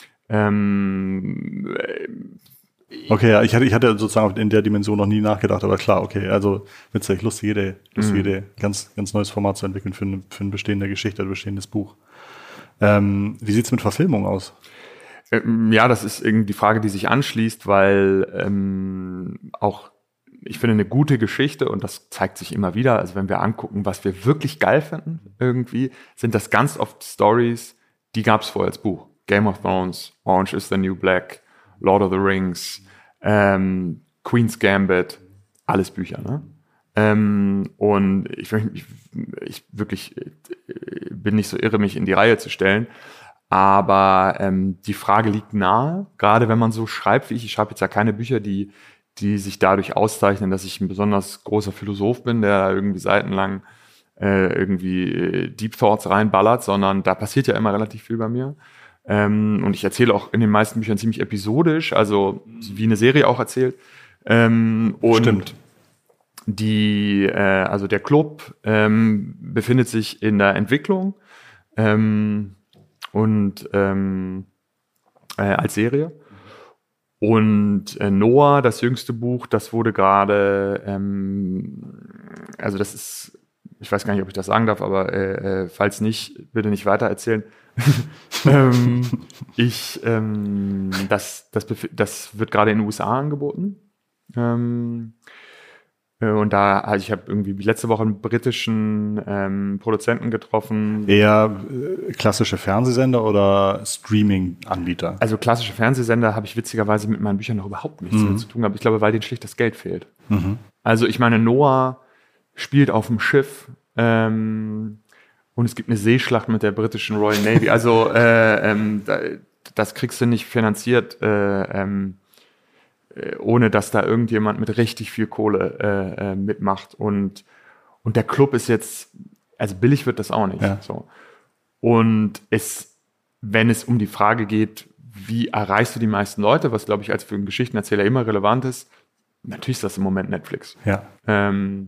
Ähm, Okay, ja, ich hatte, ich hatte sozusagen in der Dimension noch nie nachgedacht, aber klar, okay, also witzig, lustige Idee, lustige Mhm. Idee, ganz, ganz neues Format zu entwickeln für eine, für eine bestehende Geschichte, ein bestehendes Buch. Ähm, wie sieht's mit Verfilmung aus? Ähm, Ja, das ist irgendwie die Frage, die sich anschließt, weil ähm, auch, ich finde, eine gute Geschichte, und das zeigt sich immer wieder, also wenn wir angucken, was wir wirklich geil finden, irgendwie, sind das ganz oft Stories, die gab es vorher als Buch. Game of Thrones, Orange is the New Black, Lord of the Rings, ähm, Queen's Gambit, alles Bücher, ne? Ähm, und ich, ich, ich wirklich äh, bin nicht so irre, mich in die Reihe zu stellen. Aber ähm, die Frage liegt nahe, gerade wenn man so schreibt wie ich. Ich schreibe jetzt ja keine Bücher, die, die sich dadurch auszeichnen, dass ich ein besonders großer Philosoph bin, der da irgendwie seitenlang äh, irgendwie äh, Deep Thoughts reinballert, sondern da passiert ja immer relativ viel bei mir. Ähm, und ich erzähle auch in den meisten Büchern ziemlich episodisch, also wie eine Serie auch erzählt. Ähm, und Stimmt. Die, äh, also der Club ähm, befindet sich in der Entwicklung. Ähm, und ähm, äh, als Serie. Und äh, Noah, das jüngste Buch, das wurde gerade, ähm, also das ist, ich weiß gar nicht, ob ich das sagen darf, aber äh, äh, falls nicht, bitte nicht weitererzählen. ähm, ich, ähm, das, das, das wird gerade in den U S A angeboten. Ähm, Und da, also ich habe irgendwie letzte Woche einen britischen ähm, Produzenten getroffen. Eher äh, klassische Fernsehsender oder Streaming-Anbieter? Also klassische Fernsehsender habe ich witzigerweise mit meinen Büchern noch überhaupt nichts Mhm. mehr zu tun gehabt. Ich glaube, weil denen schlicht das Geld fehlt. Mhm. Also ich meine, Noah spielt auf dem Schiff ähm, und es gibt eine Seeschlacht mit der britischen Royal Navy. Also äh, ähm, da, das kriegst du nicht finanziert, äh, ähm, ohne dass da irgendjemand mit richtig viel Kohle äh, äh, mitmacht. Und, und der Club ist jetzt, also billig wird das auch nicht. Ja. So. Und es, wenn es um die Frage geht, wie erreichst du die meisten Leute, was, glaube ich, als für einen Geschichtenerzähler immer relevant ist, natürlich ist das im Moment Netflix. Ja. Ähm,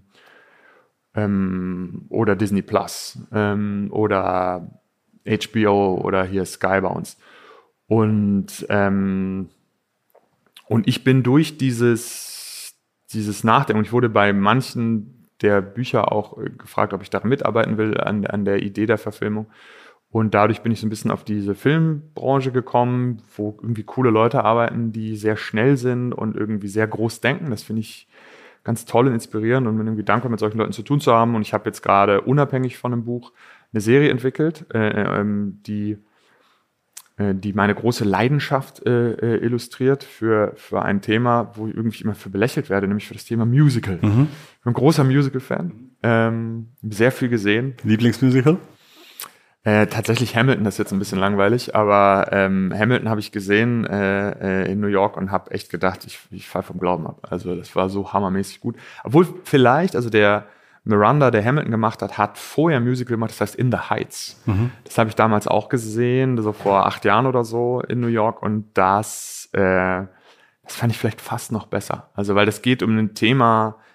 ähm, oder Disney Plus ähm, oder H B O oder hier Sky bei uns. Und ähm, Und ich bin durch dieses, dieses Nachdenken, und ich wurde bei manchen der Bücher auch gefragt, ob ich daran mitarbeiten will, an, an der Idee der Verfilmung. Und dadurch bin ich so ein bisschen auf diese Filmbranche gekommen, wo irgendwie coole Leute arbeiten, die sehr schnell sind und irgendwie sehr groß denken. Das finde ich ganz toll und inspirierend und bin irgendwie dankbar, mit solchen Leuten zu tun zu haben. Und ich habe jetzt gerade unabhängig von einem Buch eine Serie entwickelt, äh, ähm, die die meine große Leidenschaft äh, illustriert für, für ein Thema, wo ich irgendwie immer für belächelt werde, nämlich für das Thema Musical. Mhm. Ich bin ein großer Musical-Fan, ähm, sehr viel gesehen. Lieblingsmusical? Äh, tatsächlich Hamilton, das ist jetzt ein bisschen langweilig, aber ähm, Hamilton habe ich gesehen äh, äh, in New York und habe echt gedacht, ich, ich fall vom Glauben ab. Also das war so hammermäßig gut. Obwohl vielleicht, also der Miranda, der Hamilton gemacht hat, hat vorher ein Musical gemacht, das heißt In the Heights. Mhm. Das habe ich damals auch gesehen, so vor acht Jahren oder so in New York. Und das, äh, das fand ich vielleicht fast noch besser. Also weil das geht um ein Thema,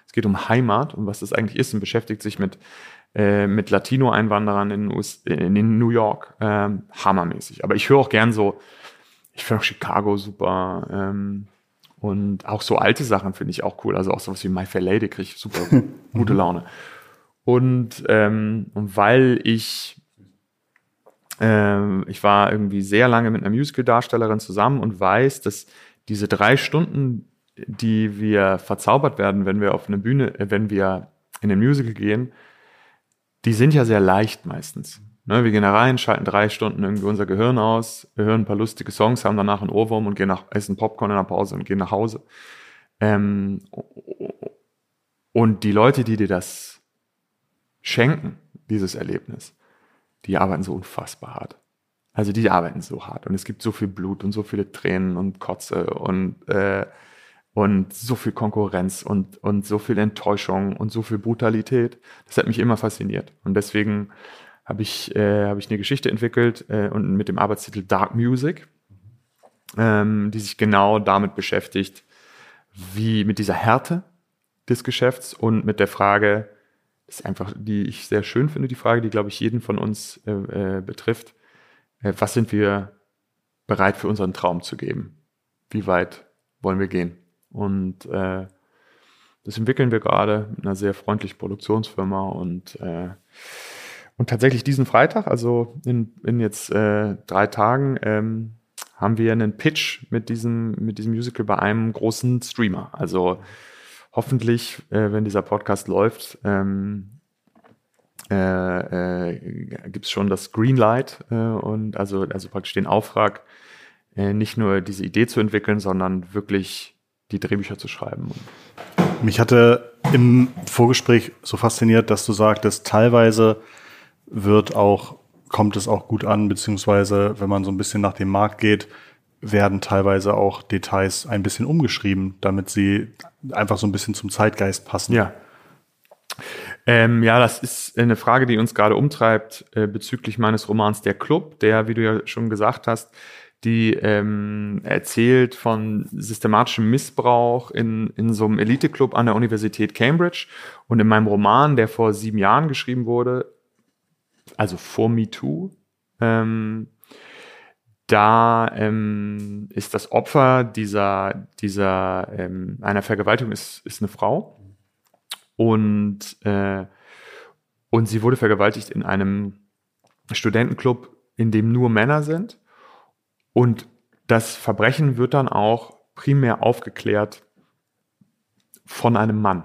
Es geht um Heimat und was das eigentlich ist und beschäftigt sich mit, äh, mit Latino-Einwanderern in, in, in New York. Ähm, hammermäßig. Aber ich höre auch gern so, ich finde auch Chicago super. Ähm, und auch so alte Sachen finde ich auch cool. Also auch sowas wie My Fair Lady kriege ich super gute Laune. Und, ähm, und weil ich, ähm, ich war irgendwie sehr lange mit einer Musical-Darstellerin zusammen und weiß, dass diese drei Stunden, die wir verzaubert werden, wenn wir auf eine Bühne, äh, wenn wir in ein Musical gehen, die sind ja sehr leicht meistens. Ne, wir gehen da rein, schalten drei Stunden irgendwie unser Gehirn aus, wir hören ein paar lustige Songs, haben danach einen Ohrwurm und gehen nach, essen Popcorn in der Pause und gehen nach Hause. Ähm, und die Leute, die dir das schenken, dieses Erlebnis, die arbeiten so unfassbar hart. Also die arbeiten so hart und es gibt so viel Blut und so viele Tränen und Kotze und, äh, und so viel Konkurrenz und, und so viel Enttäuschung und so viel Brutalität. Das hat mich immer fasziniert und deswegen habe ich, äh, hab ich eine Geschichte entwickelt äh, und mit dem Arbeitstitel Dark Music, ähm, die sich genau damit beschäftigt, wie mit dieser Härte des Geschäfts und mit der Frage, das ist einfach, die ich sehr schön finde, die Frage, die, glaube ich, jeden von uns äh, äh, betrifft. Äh, was sind wir bereit für unseren Traum zu geben? Wie weit wollen wir gehen? Und äh, das entwickeln wir gerade mit einer sehr freundlichen Produktionsfirma und äh, und tatsächlich diesen Freitag, also in, in jetzt äh, drei Tagen, ähm, haben wir einen Pitch mit diesem, mit diesem Musical bei einem großen Streamer. Also hoffentlich, äh, wenn dieser Podcast läuft, ähm, äh, äh, gibt es schon das Greenlight äh, und also, also praktisch den Auftrag, äh, nicht nur diese Idee zu entwickeln, sondern wirklich die Drehbücher zu schreiben. Mich hatte im Vorgespräch so fasziniert, dass du sagtest, teilweise wird auch, kommt es auch gut an, beziehungsweise wenn man so ein bisschen nach dem Markt geht, werden teilweise auch Details ein bisschen umgeschrieben, damit sie einfach so ein bisschen zum Zeitgeist passen. Ja. Ähm, ja, das ist eine Frage, die uns gerade umtreibt äh, bezüglich meines Romans Der Club, der, wie du ja schon gesagt hast, die ähm, erzählt von systematischem Missbrauch in, in so einem Elite-Club an der Universität Cambridge. Und in meinem Roman, der vor sieben Jahren geschrieben wurde, also vor MeToo, ähm, da ähm, ist das Opfer dieser, dieser ähm, einer Vergewaltigung ist, ist eine Frau und, äh, und sie wurde vergewaltigt in einem Studentenclub, in dem nur Männer sind und das Verbrechen wird dann auch primär aufgeklärt von einem Mann.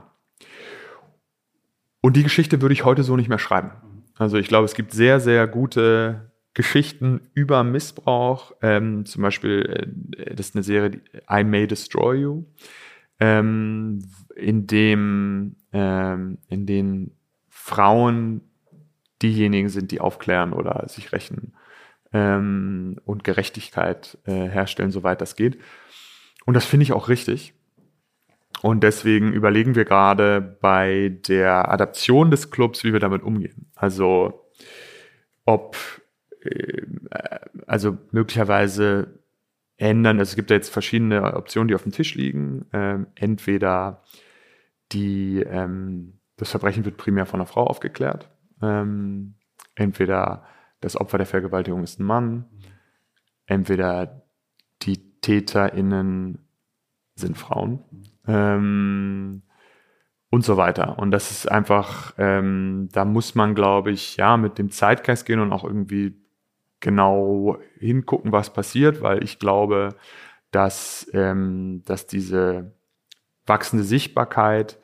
Und die Geschichte würde ich heute so nicht mehr schreiben. Also ich glaube, es gibt sehr, sehr gute Geschichten über Missbrauch. Ähm, zum Beispiel, äh, das ist eine Serie, die I May Destroy You, ähm, in dem, ähm, in denen Frauen diejenigen sind, die aufklären oder sich rächen ähm, und Gerechtigkeit äh, herstellen, soweit das geht. Und das finde ich auch richtig. Und deswegen überlegen wir gerade bei der Adaption des Clubs, wie wir damit umgehen. Also ob, äh, also möglicherweise ändern, also es gibt ja jetzt verschiedene Optionen, die auf dem Tisch liegen. Ähm, entweder die, ähm, das Verbrechen wird primär von einer Frau aufgeklärt. Ähm, entweder das Opfer der Vergewaltigung ist ein Mann. Entweder die TäterInnen sind Frauen. Ähm, und so weiter. Und das ist einfach, ähm, da muss man, glaube ich, ja, mit dem Zeitgeist gehen und auch irgendwie genau hingucken, was passiert, weil ich glaube, dass, ähm, dass diese wachsende Sichtbarkeit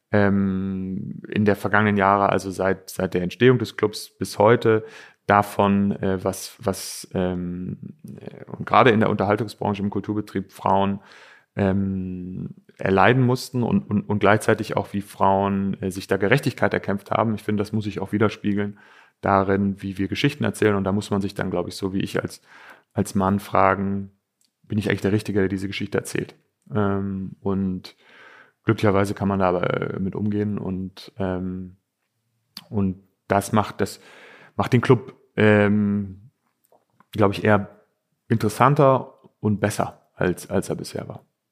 ähm, in der vergangenen Jahre, also seit, seit der Entstehung des Clubs bis heute, davon, äh, was, was ähm, und gerade in der Unterhaltungsbranche, im Kulturbetrieb Frauen ähm, erleiden mussten und, und, und gleichzeitig auch, wie Frauen äh, sich da Gerechtigkeit erkämpft haben. Ich finde, das muss sich auch widerspiegeln darin, wie wir Geschichten erzählen. Und da muss man sich dann, glaube ich, so wie ich als, als Mann fragen, bin ich eigentlich der Richtige, der diese Geschichte erzählt? Ähm, und glücklicherweise kann man da aber äh, mit umgehen und, ähm, und das macht, das macht den Club, ähm, glaube ich, eher interessanter und besser, als, als er bisher war.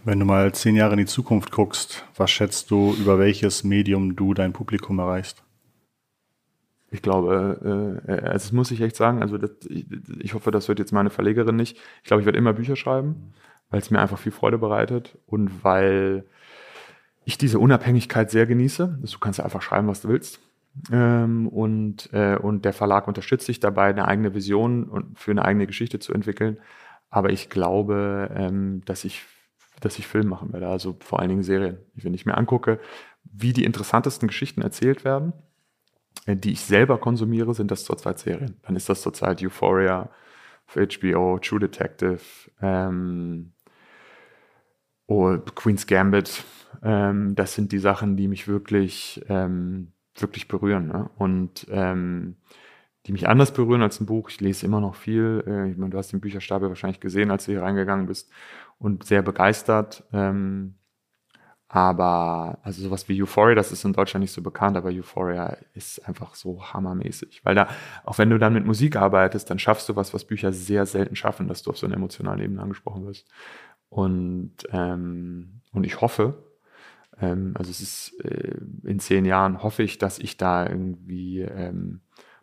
Wenn du mal zehn Jahre in die Zukunft guckst, was schätzt du, über welches Medium du dein Publikum erreichst? Ich glaube, äh, also das muss ich echt sagen, also das, ich, ich hoffe, das hört jetzt meine Verlegerin nicht. Ich glaube, ich werde immer Bücher schreiben, weil es mir einfach viel Freude bereitet und weil ich diese Unabhängigkeit sehr genieße. Du kannst einfach schreiben, was du willst. Ähm, und, äh, und der Verlag unterstützt dich dabei, eine eigene Vision und für eine eigene Geschichte zu entwickeln. Aber ich glaube, ähm, dass ich, dass ich Film machen werde, also vor allen Dingen Serien. Wenn ich mir angucke, wie die interessantesten Geschichten erzählt werden, die ich selber konsumiere, sind das zurzeit Serien. Dann ist das zurzeit Euphoria auf H B O, True Detective, ähm, oh, Queen's Gambit. Ähm, das sind die Sachen, die mich wirklich, ähm, wirklich berühren. Ne? Und ähm, die mich anders berühren als ein Buch. Ich lese immer noch viel. Äh, ich meine, du hast den Bücherstapel wahrscheinlich gesehen, als du hier reingegangen bist und sehr begeistert. Ähm, Aber, also sowas wie Euphoria, das ist in Deutschland nicht so bekannt, aber Euphoria ist einfach so hammermäßig. Weil da, auch wenn du dann mit Musik arbeitest, dann schaffst du was, was Bücher sehr selten schaffen, dass du auf so einer emotionalen Ebene angesprochen wirst. Und, ähm, und ich hoffe, ähm, also es ist, äh, in zehn Jahren hoffe ich, dass ich da irgendwie ähm,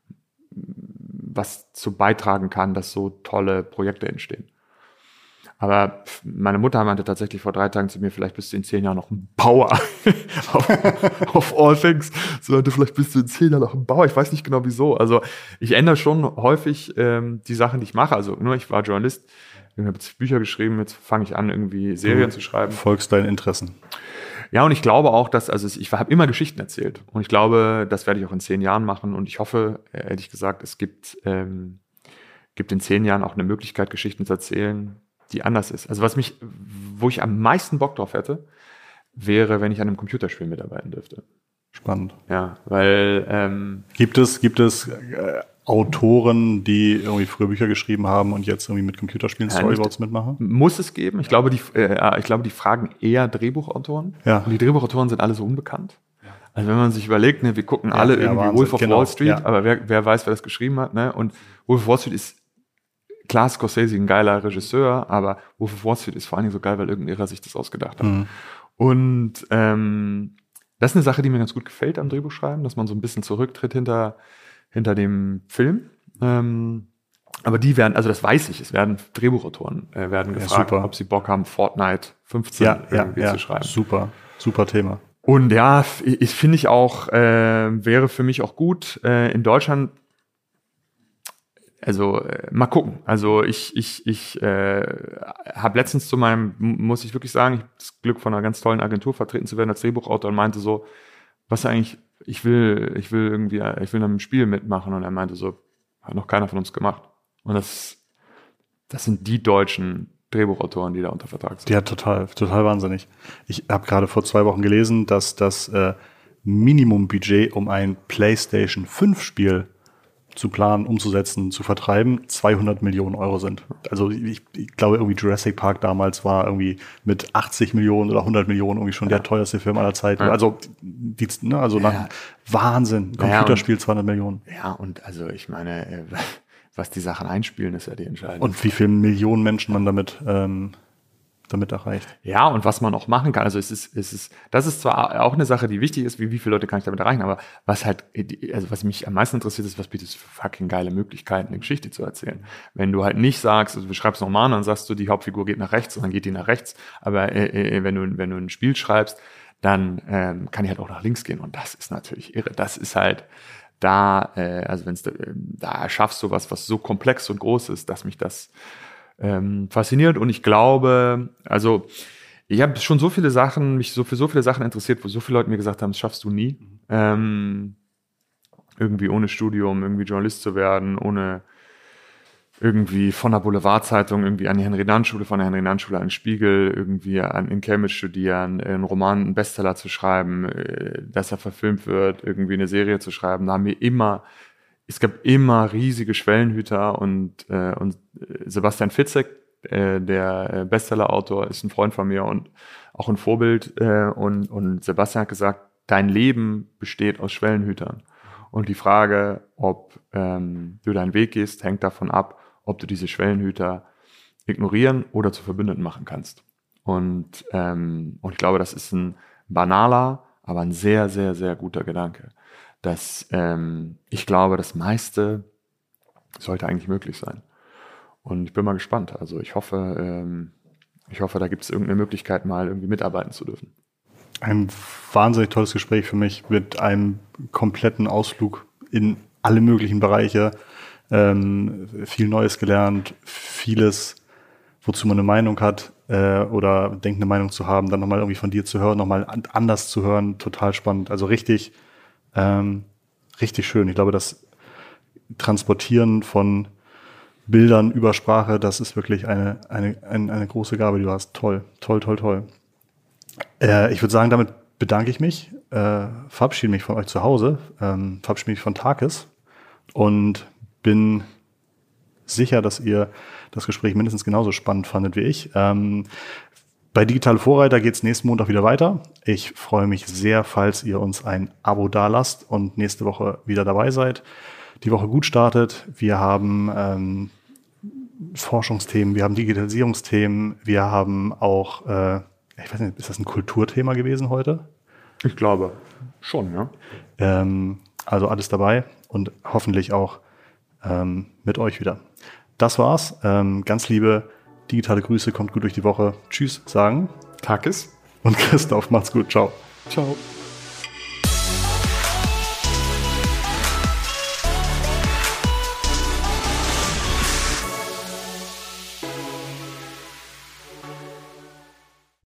was zu beitragen kann, dass so tolle Projekte entstehen. Aber meine Mutter meinte tatsächlich vor drei Tagen zu mir, vielleicht bist du in zehn Jahren noch ein Bauer. auf, auf all things. Sie meinte, vielleicht bist du in zehn Jahren noch ein Bauer. Ich weiß nicht genau wieso. Also ich ändere schon häufig ähm, die Sachen, die ich mache. Also nur ich war Journalist, ich habe jetzt Bücher geschrieben, jetzt fange ich an, irgendwie Serien du zu schreiben. Folgst deinen Interessen. Ja, und ich glaube auch, dass, also ich habe immer Geschichten erzählt. Und ich glaube, das werde ich auch in zehn Jahren machen. Und ich hoffe, ehrlich gesagt, es gibt, ähm, gibt in zehn Jahren auch eine Möglichkeit, Geschichten zu erzählen, die anders ist. Also was mich, wo ich am meisten Bock drauf hätte, wäre, wenn ich an einem Computerspiel mitarbeiten dürfte. Spannend. Ja, weil ähm, gibt es gibt es äh, Autoren, die irgendwie früher Bücher geschrieben haben und jetzt irgendwie mit Computerspielen Storyboards mitmachen? Muss es geben. Ich glaube, die, äh, ich glaube, die fragen eher Drehbuchautoren. Ja. Und die Drehbuchautoren sind alle so unbekannt. Also wenn man sich überlegt, ne, wir gucken ja, alle ja, irgendwie Wahnsinn. Wolf of genau. Wall Street, ja. aber wer, wer weiß, wer das geschrieben hat. Ne? Und Wolf of Wall Street ist klar, Scorsese ein geiler Regisseur, aber Wolf of Wall Street ist vor allen Dingen so geil, weil irgendein Irrer sich das ausgedacht hat. Mhm. Und ähm, das ist eine Sache, die mir ganz gut gefällt am Drehbuchschreiben, dass man so ein bisschen zurücktritt hinter, hinter dem Film. Ähm, aber die werden, also das weiß ich, es werden Drehbuchautoren äh, werden gefragt, ja, ob sie Bock haben, Fortnite fünfzehn ja, irgendwie ja, ja. zu schreiben. Super, super Thema. Und ja, ich finde ich auch, äh, wäre für mich auch gut, äh, in Deutschland. Also äh, mal gucken. Also ich ich ich äh, habe letztens zu meinem, muss ich wirklich sagen, ich habe das Glück von einer ganz tollen Agentur vertreten zu werden als Drehbuchautor und meinte so, was eigentlich, ich will ich will irgendwie, ich will in einem Spiel mitmachen und er meinte so, hat noch keiner von uns gemacht. Und das das sind die deutschen Drehbuchautoren, die da unter Vertrag sind. Ja, total, total wahnsinnig. Ich habe gerade vor zwei Wochen gelesen, dass das äh, Minimumbudget, um ein PlayStation fünf Spiel zu planen, umzusetzen, zu vertreiben, zweihundert Millionen Euro sind. Also ich, ich glaube, irgendwie Jurassic Park damals war irgendwie mit achtzig Millionen oder hundert Millionen irgendwie schon ja. der teuerste Film aller Zeiten. Ja. Also, die, ne, also ja. nach Wahnsinn. Computerspiel ja, und, zweihundert Millionen. Ja, und also ich meine, was die Sachen einspielen, ist ja die Entscheidung. Und wie viele Millionen Menschen man damit ähm, damit erreicht. Ja, und was man auch machen kann, also es ist, es ist, das ist zwar auch eine Sache, die wichtig ist, wie, wie viele Leute kann ich damit erreichen, aber was halt, also was mich am meisten interessiert, ist, was bietet es für fucking geile Möglichkeiten, eine Geschichte zu erzählen. Wenn du halt nicht sagst, also du schreibst nochmal an, dann sagst du, die Hauptfigur geht nach rechts und dann geht die nach rechts, aber äh, wenn du, wenn du ein Spiel schreibst, dann ähm, kann die halt auch nach links gehen und das ist natürlich irre. Das ist halt da, äh, also wenn es da, da schaffst du was, was so komplex und groß ist, dass mich das Ähm, fasziniert und ich glaube, also ich habe schon so viele Sachen, mich so für so viele Sachen interessiert, wo so viele Leute mir gesagt haben, das schaffst du nie. Mhm. Ähm, irgendwie ohne Studium, irgendwie Journalist zu werden, ohne irgendwie von der Boulevardzeitung irgendwie an die Henry-Nannen-Schule, von der Henry-Nannen-Schule an den Spiegel, irgendwie an, in Cambridge studieren, einen Roman, einen Bestseller zu schreiben, äh, dass er verfilmt wird, irgendwie eine Serie zu schreiben. Da haben wir immer Es gab immer riesige Schwellenhüter und, äh, und Sebastian Fitzek, äh, der Bestseller-Autor, ist ein Freund von mir und auch ein Vorbild. Äh, und, und Sebastian hat gesagt, dein Leben besteht aus Schwellenhütern. Und die Frage, ob ähm, du deinen Weg gehst, hängt davon ab, ob du diese Schwellenhüter ignorieren oder zu Verbündeten machen kannst. Und, ähm, und ich glaube, das ist ein banaler, aber ein sehr, sehr, sehr guter Gedanke. Dass ähm, ich glaube, das meiste sollte eigentlich möglich sein. Und ich bin mal gespannt. Also ich hoffe, ähm, ich hoffe, da gibt es irgendeine Möglichkeit, mal irgendwie mitarbeiten zu dürfen. Ein wahnsinnig tolles Gespräch für mich mit einem kompletten Ausflug in alle möglichen Bereiche. Ähm, viel Neues gelernt, vieles, wozu man eine Meinung hat äh, oder denkt, eine Meinung zu haben, dann nochmal irgendwie von dir zu hören, nochmal an, anders zu hören, total spannend. Also richtig, ähm, richtig schön. Ich glaube, das Transportieren von Bildern über Sprache, das ist wirklich eine, eine, eine, eine große Gabe, die du hast. Toll, toll, toll, toll. Äh, ich würde sagen, damit bedanke ich mich, äh, verabschiede mich von euch zu Hause, ähm, verabschiede mich von Takis und bin sicher, dass ihr das Gespräch mindestens genauso spannend fandet wie ich. Ähm, bei Digitale Vorreiter geht es nächsten Montag wieder weiter. Ich freue mich sehr, falls ihr uns ein Abo dalasst und nächste Woche wieder dabei seid. Die Woche gut startet. Wir haben ähm, Forschungsthemen, wir haben Digitalisierungsthemen, wir haben auch, äh, ich weiß nicht, ist das ein Kulturthema gewesen heute? Ich glaube schon, ja. Ähm, also alles dabei und hoffentlich auch ähm, mit euch wieder. Das war's. Ähm, ganz liebe digitale Grüße, kommt gut durch die Woche. Tschüss sagen. Takis. Und Christoph, macht's gut. Ciao. Ciao.